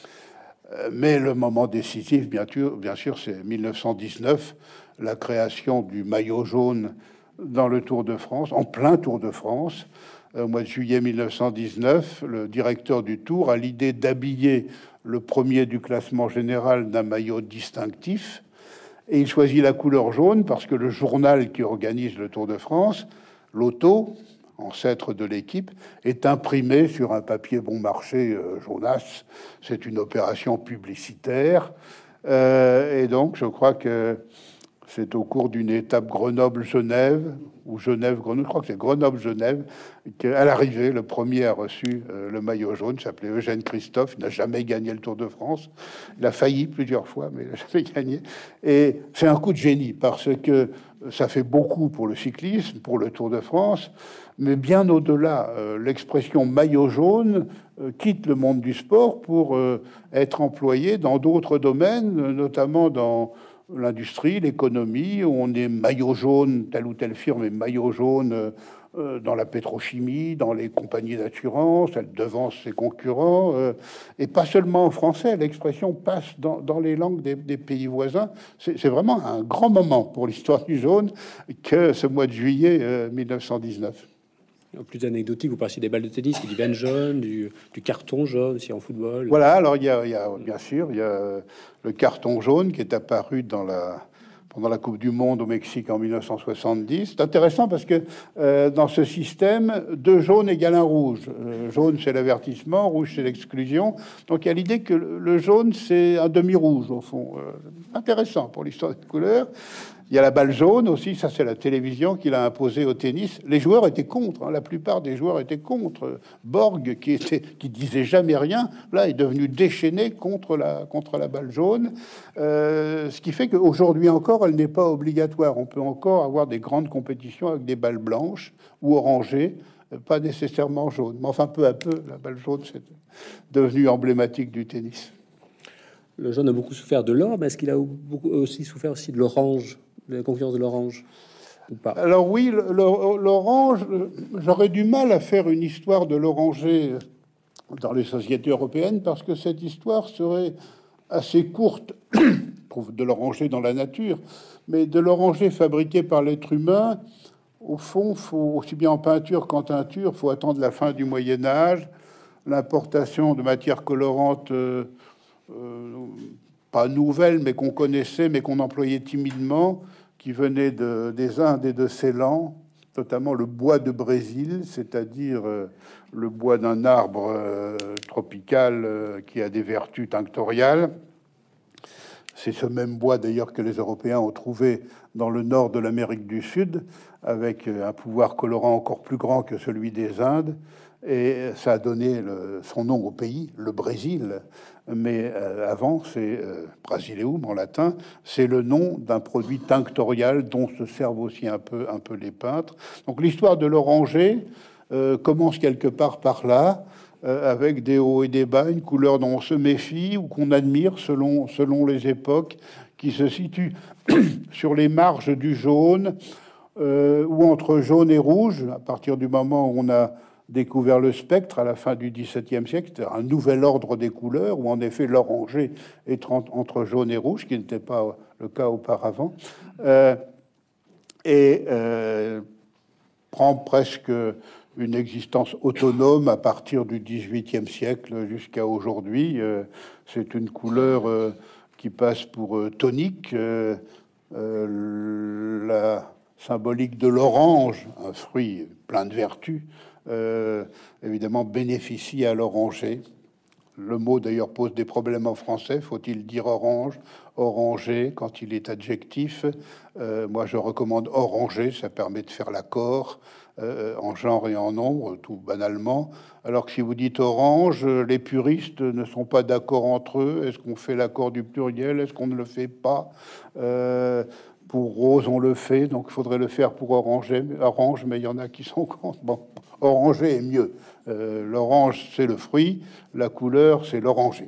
Mais le moment décisif, bien sûr, c'est 1919, la création du maillot jaune dans le Tour de France, en plein Tour de France. Au mois de juillet 1919, le directeur du Tour a l'idée d'habiller le premier du classement général d'un maillot distinctif. Et il choisit la couleur jaune parce que le journal qui organise le Tour de France, l'Auto, ancêtre de l'équipe, est imprimé sur un papier bon marché jaunasse. C'est une opération publicitaire. Et donc, je crois que c'est au cours d'une étape Grenoble-Genève, ou Genève-Grenoble, je crois que c'est Grenoble-Genève, qu'à l'arrivée, le premier a reçu le maillot jaune, s'appelait Eugène Christophe. Il n'a jamais gagné le Tour de France. Il a failli plusieurs fois, mais il n'a jamais gagné. Et c'est un coup de génie, parce que ça fait beaucoup pour le cyclisme, pour le Tour de France, mais bien au-delà. L'expression maillot jaune quitte le monde du sport pour être employée dans d'autres domaines, notamment dans l'industrie, l'économie, où on est maillot jaune, telle ou telle firme est maillot jaune dans la pétrochimie, dans les compagnies d'assurance, elle devance ses concurrents, et pas seulement en français, l'expression passe dans les langues des pays voisins. C'est vraiment un grand moment pour l'histoire du jaune que ce mois de juillet 1919. Plus anecdotique, vous parliez des balles de tennis, du vin jaune, du carton jaune, aussi en football. Voilà, alors il y a bien sûr, il y a le carton jaune qui est apparu pendant la Coupe du Monde au Mexique en 1970. C'est intéressant parce que dans ce système, 2 jaunes égale 1 rouge. Jaune, c'est l'avertissement, rouge, c'est l'exclusion. Donc il y a l'idée que le jaune, c'est un demi-rouge, au fond. Intéressant pour l'histoire des couleurs. Il y a la balle jaune aussi, ça c'est la télévision qui l'a imposé au tennis. Les joueurs étaient contre, la plupart des joueurs étaient contre. Borg, qui disait jamais rien, là est devenu déchaîné contre la balle jaune. Ce qui fait qu'aujourd'hui encore, encore, elle n'est pas obligatoire. On peut encore avoir des grandes compétitions avec des balles blanches ou orangées, pas nécessairement jaunes. Mais enfin, peu à peu, la balle jaune, c'est devenu emblématique du tennis. Le jaune a beaucoup souffert de l'or, mais est-ce qu'il a aussi souffert aussi de l'orange, de la concurrence de l'orange, ou pas? Alors oui, l'orange, j'aurais du mal à faire une histoire de l'oranger dans les sociétés européennes, parce que cette histoire serait assez courte. On trouve de l'oranger dans la nature, mais de l'oranger fabriqué par l'être humain, au fond, faut, aussi bien en peinture qu'en teinture, faut attendre la fin du Moyen-Âge, l'importation de matières colorantes pas nouvelles, mais qu'on connaissait, mais qu'on employait timidement, qui venaient des Indes et de Ceylan, notamment le bois de Brésil, c'est-à-dire le bois d'un arbre tropical qui a des vertus tinctoriales. C'est ce même bois d'ailleurs que les Européens ont trouvé dans le nord de l'Amérique du Sud, avec un pouvoir colorant encore plus grand que celui des Indes. Et ça a donné son nom au pays, le Brésil. Mais avant, c'est Brasileum en latin, c'est le nom d'un produit tinctorial dont se servent aussi un peu les peintres. Donc l'histoire de l'oranger commence quelque part par là, avec des hauts et des bas, une couleur dont on se méfie ou qu'on admire selon les époques, qui se situe sur les marges du jaune ou entre jaune et rouge, à partir du moment où on a découvert le spectre à la fin du XVIIe siècle, c'est un nouvel ordre des couleurs, où en effet l'oranger est entre jaune et rouge, qui n'était pas le cas auparavant, et prend presque une existence autonome à partir du XVIIIe siècle jusqu'à aujourd'hui. C'est une couleur qui passe pour tonique. La symbolique de l'orange, un fruit plein de vertus, évidemment bénéficie à l'oranger. Le mot d'ailleurs pose des problèmes en français. Faut-il dire orange, oranger quand il est adjectif? Moi je recommande oranger, ça permet de faire l'accord en genre et en nombre, tout banalement. Alors que si vous dites orange, les puristes ne sont pas d'accord entre eux. Est-ce qu'on fait l'accord du pluriel? Est-ce qu'on ne le fait pas? Pour rose, on le fait, donc il faudrait le faire pour orange, mais il y en a qui sont contre. Bon, oranger est mieux. L'orange, c'est le fruit, la couleur, c'est l'oranger.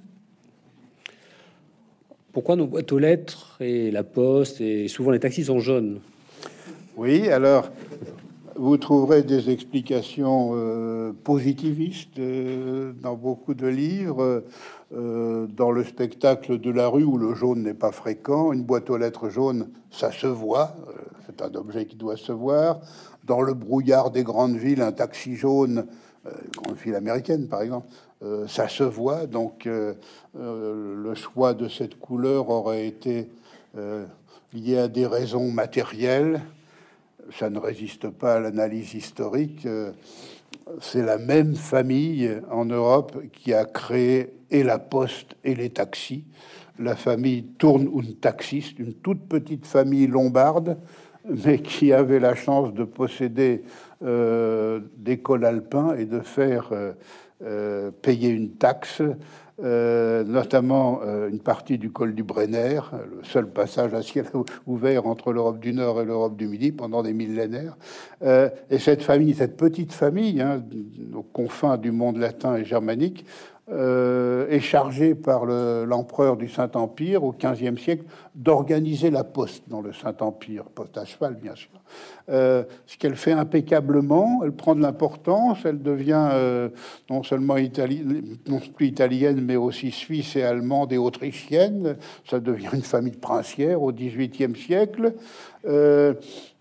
Pourquoi nos boîtes aux lettres et la poste et souvent les taxis sont jaunes? Oui, alors vous trouverez des explications positivistes dans beaucoup de livres. Dans le spectacle de la rue où le jaune n'est pas fréquent, une boîte aux lettres jaune, ça se voit, c'est un objet qui doit se voir. Dans le brouillard des grandes villes, un taxi jaune, grande ville américaine par exemple, ça se voit. Donc le choix de cette couleur aurait été lié à des raisons matérielles. Ça ne résiste pas à l'analyse historique. C'est la même famille en Europe qui a créé et la poste et les taxis. La famille Thurn und Taxis, une toute petite famille lombarde, mais qui avait la chance de posséder des cols alpins et de faire payer une taxe, notamment une partie du col du Brenner, le seul passage à ciel ouvert entre l'Europe du Nord et l'Europe du Midi pendant des millénaires. Et cette famille, cette petite famille, aux confins du monde latin et germanique, est chargée par l'empereur du Saint-Empire au XVe siècle d'organiser la poste dans le Saint-Empire, poste à cheval bien sûr. Ce qu'elle fait impeccablement, elle prend de l'importance, elle devient non seulement non plus italienne, mais aussi suisse et allemande et autrichienne. Ça devient une famille princière au XVIIIe siècle. Vers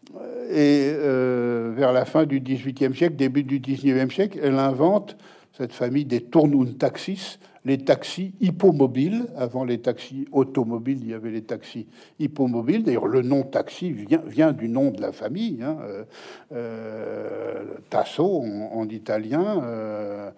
la fin du XVIIIe siècle, début du XIXe siècle, elle invente cette famille des Thurn und Taxis, les taxis hippomobiles. Avant les taxis automobiles, il y avait les taxis hippomobiles. D'ailleurs, le nom taxi vient du nom de la famille, Tasso en italien,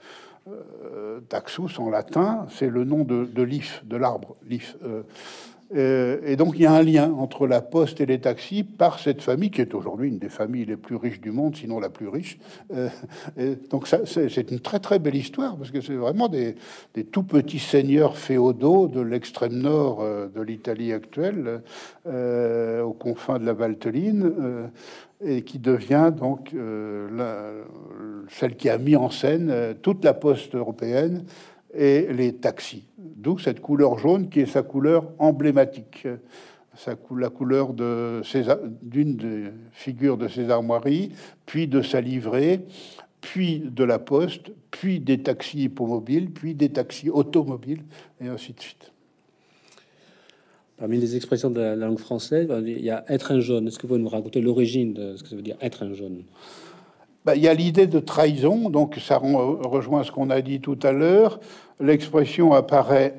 Taxus en latin, c'est le nom de l'if, de l'arbre, l'if. Et donc, il y a un lien entre la Poste et les taxis par cette famille, qui est aujourd'hui une des familles les plus riches du monde, sinon la plus riche. Donc, c'est une très, très belle histoire, parce que c'est vraiment des tout petits seigneurs féodaux de l'extrême nord de l'Italie actuelle, aux confins de la Valteline, et qui devient donc celle qui a mis en scène toute la Poste européenne et les taxis. D'où cette couleur jaune qui est sa couleur emblématique, la couleur d'une des figures de ses armoiries, puis de sa livrée, puis de la Poste, puis des taxis hippomobiles, puis des taxis automobiles, et ainsi de suite. Parmi les expressions de la langue française, il y a être un jaune. Est-ce que vous pouvez nous raconter l'origine de ce que ça veut dire être un jaune? Il y a l'idée de trahison, donc ça rejoint ce qu'on a dit tout à l'heure. L'expression apparaît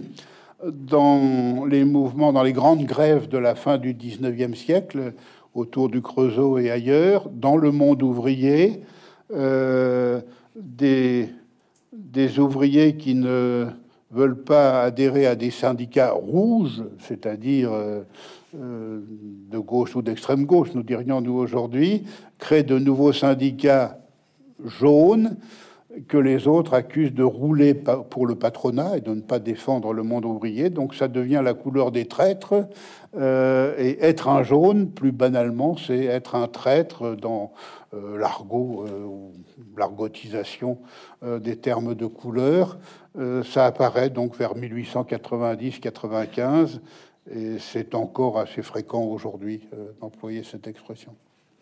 dans les mouvements, dans les grandes grèves de la fin du 19e siècle, autour du Creusot et ailleurs, dans le monde ouvrier, des ouvriers qui ne veulent pas adhérer à des syndicats rouges, c'est-à-dire de gauche ou d'extrême gauche, nous dirions nous aujourd'hui, créent de nouveaux syndicats jaunes que les autres accusent de rouler pour le patronat et de ne pas défendre le monde ouvrier. Donc ça devient la couleur des traîtres. Et être un jaune, plus banalement, c'est être un traître dans l'argot, l'argotisation des termes de couleur. Ça apparaît donc vers 1890-95. Et c'est encore assez fréquent aujourd'hui d'employer cette expression.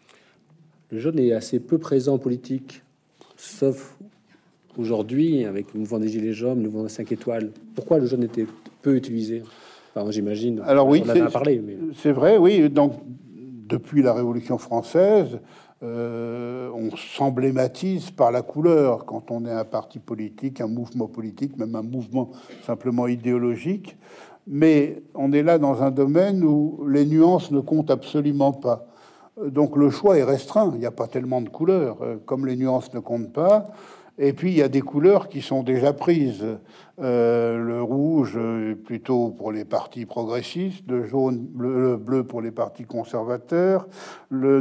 Le jaune est assez peu présent en politique, sauf aujourd'hui avec le mouvement des Gilets jaunes, le mouvement 5 étoiles. Pourquoi le jaune était peu utilisé? Enfin, j'imagine. Alors oui, on en a parlé. Mais... C'est vrai, oui. Donc, depuis la Révolution française, on s'emblématise par la couleur quand on est un parti politique, un mouvement politique, même un mouvement simplement idéologique. Mais on est là dans un domaine où les nuances ne comptent absolument pas. Donc le choix est restreint. Il n'y a pas tellement de couleurs, comme les nuances ne comptent pas. Et puis il y a des couleurs qui sont déjà prises. Le rouge plutôt pour les partis progressistes, le jaune, le bleu pour les partis conservateurs, le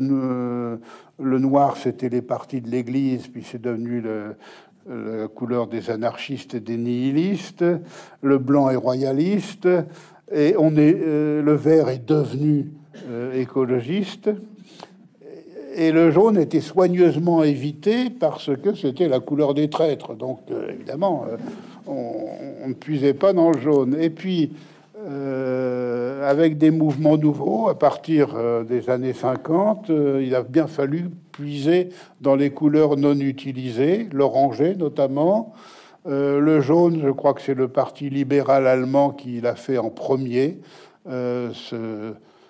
noir c'était les partis de l'Église, puis c'est devenu la couleur des anarchistes et des nihilistes, le blanc est royaliste, et le vert est devenu écologiste, et le jaune était soigneusement évité parce que c'était la couleur des traîtres. Donc évidemment, on ne puisait pas dans le jaune. Et puis, avec des mouvements nouveaux, à partir des années 50, il a bien fallu puiser dans les couleurs non utilisées, l'orangé notamment. Le jaune, je crois que c'est le parti libéral allemand qui l'a fait en premier. Ce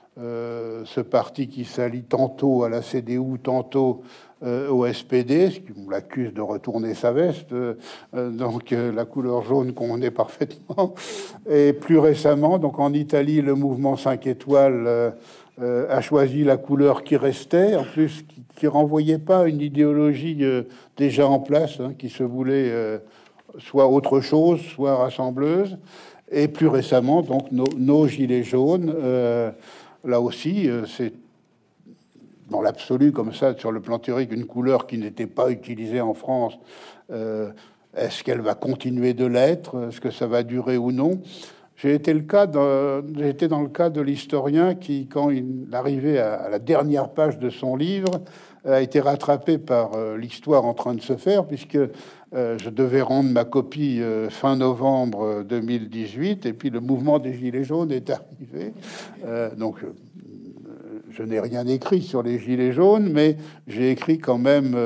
parti qui s'allie tantôt à la CDU, tantôt au SPD, ce qui l'accuse de retourner sa veste, donc la couleur jaune qu'on connaît parfaitement. Et plus récemment, donc en Italie, le mouvement 5 étoiles a choisi la couleur qui restait, en plus qui renvoyait pas à une idéologie déjà en place, qui se voulait soit autre chose, soit rassembleuse. Et plus récemment, donc nos gilets jaunes, là aussi, c'est dans l'absolu, comme ça, sur le plan théorique, une couleur qui n'était pas utilisée en France. Est-ce qu'elle va continuer de l'être? Est-ce que ça va durer ou non? J'ai été dans le cas de l'historien qui, quand il arrivait à la dernière page de son livre, a été rattrapé par l'histoire en train de se faire, puisque je devais rendre ma copie fin novembre 2018, et puis le mouvement des Gilets jaunes est arrivé. Donc, je n'ai rien écrit sur les Gilets jaunes, mais j'ai écrit quand même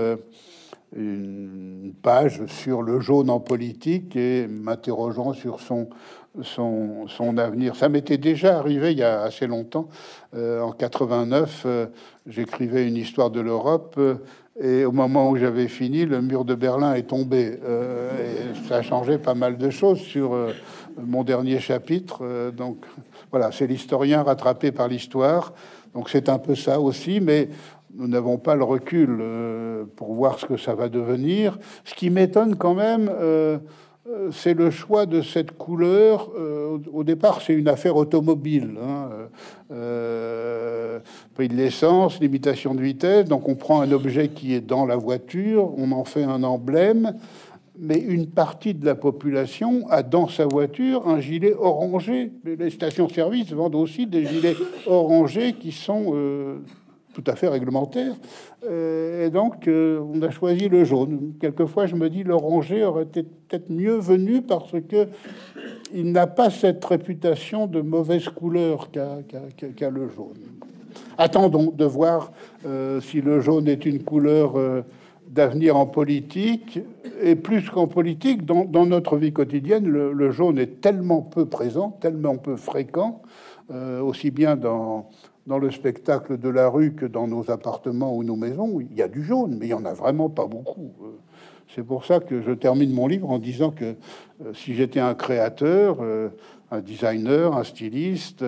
une page sur le jaune en politique et m'interrogeant sur son avenir. Ça m'était déjà arrivé il y a assez longtemps. En 89, j'écrivais une histoire de l'Europe et au moment où j'avais fini, le mur de Berlin est tombé. Et ça a changé pas mal de choses sur mon dernier chapitre. Donc voilà, c'est l'historien rattrapé par l'histoire. Donc c'est un peu ça aussi, mais nous n'avons pas le recul pour voir ce que ça va devenir. Ce qui m'étonne quand même c'est le choix de cette couleur. Au départ, c'est une affaire automobile. Prix de l'essence, limitation de vitesse. Donc, on prend un objet qui est dans la voiture, on en fait un emblème. Mais une partie de la population a dans sa voiture un gilet orangé. Les stations-service vendent aussi des gilets orangés qui sont tout à fait réglementaires. Et donc, on a choisi le jaune. Quelquefois, je me dis l'oranger aurait été peut-être mieux venu parce que il n'a pas cette réputation de mauvaise couleur qu'a le jaune. Attendons de voir si le jaune est une couleur d'avenir en politique, et plus qu'en politique, dans notre vie quotidienne, le jaune est tellement peu présent, tellement peu fréquent, aussi bien dans le spectacle de la rue que dans nos appartements ou nos maisons. Il y a du jaune, mais il y en a vraiment pas beaucoup. C'est pour ça que je termine mon livre en disant que si j'étais un créateur, un designer, un styliste,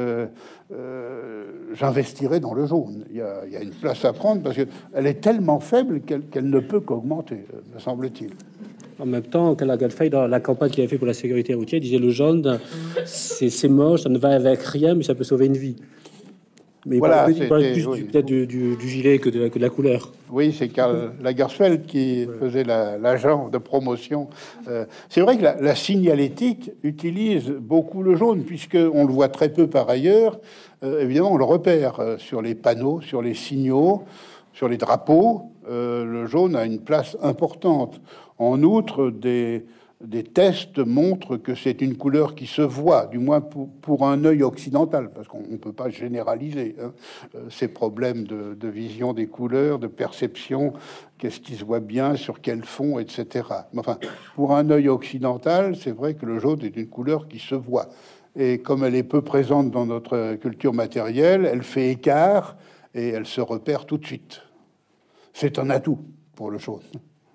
j'investirais dans le jaune. Il y a une place à prendre parce qu'elle est tellement faible qu'elle ne peut qu'augmenter, me semble-t-il. En même temps, Karl Lagerfeld, dans la campagne qu'il avait fait pour la sécurité routière, disait le jaune, c'est moche, ça ne va avec rien, mais ça peut sauver une vie. Mais voilà, il parlait plus peut-être du gilet que de la couleur. Oui, c'est Karl Lagerfeld qui faisait l'agent de promotion. C'est vrai que la signalétique utilise beaucoup le jaune, puisqu'on le voit très peu par ailleurs. Évidemment, on le repère sur les panneaux, sur les signaux, sur les drapeaux. Le jaune a une place importante. En outre, des tests montrent que c'est une couleur qui se voit, du moins pour un œil occidental, parce qu'on ne peut pas généraliser ces problèmes de vision des couleurs, de perception, qu'est-ce qui se voit bien, sur quel fond, etc. Mais enfin, pour un œil occidental, c'est vrai que le jaune est une couleur qui se voit. Et comme elle est peu présente dans notre culture matérielle, elle fait écart et elle se repère tout de suite. C'est un atout pour le jaune.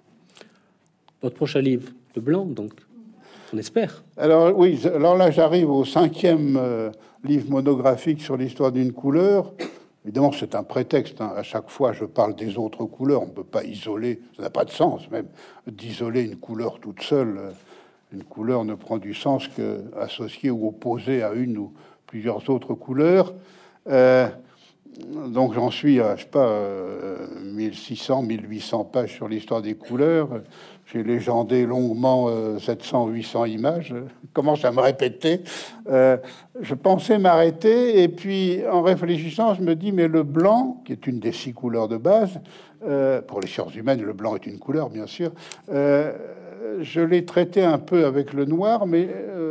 Votre prochain livre, le blanc, donc, on espère. Alors oui, alors là j'arrive au 5e livre monographique sur l'histoire d'une couleur. Évidemment, c'est un prétexte. À chaque fois, je parle des autres couleurs. On ne peut pas isoler, ça n'a pas de sens même, d'isoler une couleur toute seule. Une couleur ne prend du sens que associée ou opposée à une ou plusieurs autres couleurs. Donc j'en suis à, je sais pas, 1600, 1800 pages sur l'histoire des couleurs. J'ai légendé longuement 700, 800 images. Je commence à me répéter. Je pensais m'arrêter, et puis en réfléchissant, je me dis, mais le blanc, qui est une des 6 couleurs de base, pour les sciences humaines, le blanc est une couleur, bien sûr. Je l'ai traité un peu avec le noir, mais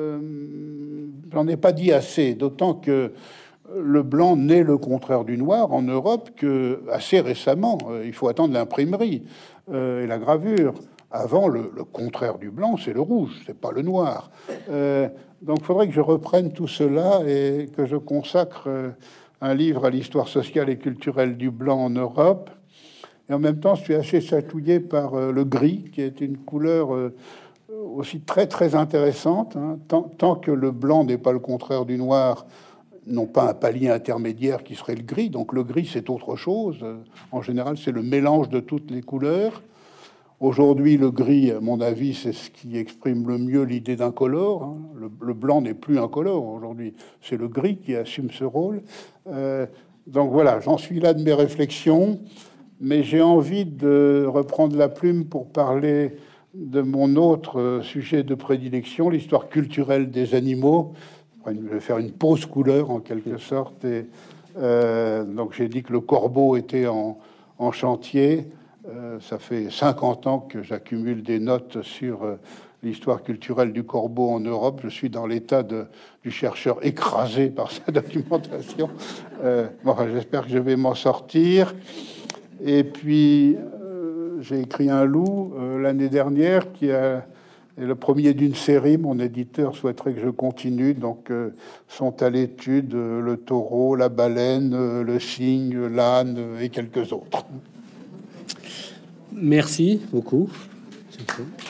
j'en ai pas dit assez, d'autant que le blanc n'est le contraire du noir en Europe que assez récemment. Il faut attendre l'imprimerie et la gravure. Avant, le contraire du blanc, c'est le rouge, c'est pas le noir. Donc, il faudrait que je reprenne tout cela et que je consacre un livre à l'histoire sociale et culturelle du blanc en Europe. Et en même temps, je suis assez chatouillé par le gris, qui est une couleur aussi très, très intéressante. Tant que le blanc n'est pas le contraire du noir, non pas un palier intermédiaire qui serait le gris. Donc le gris, c'est autre chose. En général, c'est le mélange de toutes les couleurs. Aujourd'hui, le gris, à mon avis, c'est ce qui exprime le mieux l'idée d'incolore. Le blanc n'est plus incolore aujourd'hui. C'est le gris qui assume ce rôle. Donc voilà, j'en suis là de mes réflexions. Mais j'ai envie de reprendre la plume pour parler de mon autre sujet de prédilection, l'histoire culturelle des animaux. Je vais faire une pause couleur en quelque sorte. Et donc j'ai dit que le corbeau était en chantier. Ça fait 50 ans que j'accumule des notes sur l'histoire culturelle du corbeau en Europe. Je suis dans l'état du chercheur écrasé par sa documentation. Enfin, j'espère que je vais m'en sortir. Et puis, j'ai écrit un loup l'année dernière qui est le premier d'une série. Mon éditeur souhaiterait que je continue. Donc, sont à l'étude le taureau, la baleine, le cygne, l'âne et quelques autres. Merci beaucoup.